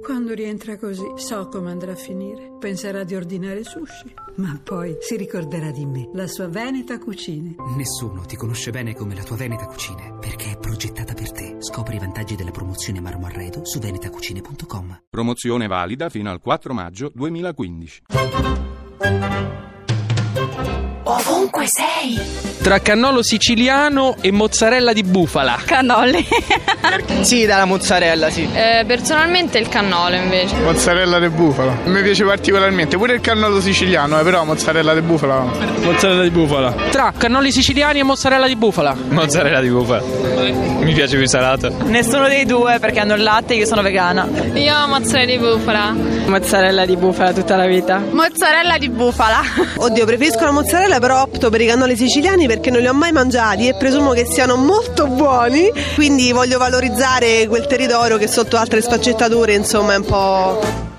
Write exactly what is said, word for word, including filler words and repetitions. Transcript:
Quando rientra così, so come andrà a finire. Penserà di ordinare sushi, ma poi si ricorderà di me, la sua Veneta Cucine. Nessuno ti conosce bene come la tua Veneta Cucine, perché è progettata per te. Scopri i vantaggi della promozione Marmo Arredo su venetacucine punto com. Promozione valida fino al quattro maggio duemilaquindici. Ovunque sei. Tra cannolo siciliano e mozzarella di bufala. Cannoli. Sì, dalla mozzarella, sì. Eh, personalmente il cannolo invece. Mozzarella di bufala. Mi piace particolarmente. Pure il cannolo siciliano, eh, però mozzarella di bufala. Mozzarella di bufala. Tra cannoli siciliani e mozzarella di bufala. Mozzarella di bufala. Mi piace più salato. Nessuno dei due perché hanno il latte e io sono vegana. Io mozzarella di bufala. Mozzarella di bufala tutta la vita. Mozzarella di bufala. Oddio, preferisco la mozzarella, però opto per i cannoli siciliani perché non li ho mai mangiati e presumo che siano molto buoni, quindi voglio valorizzare quel territorio che sotto altre sfaccettature insomma è un po'...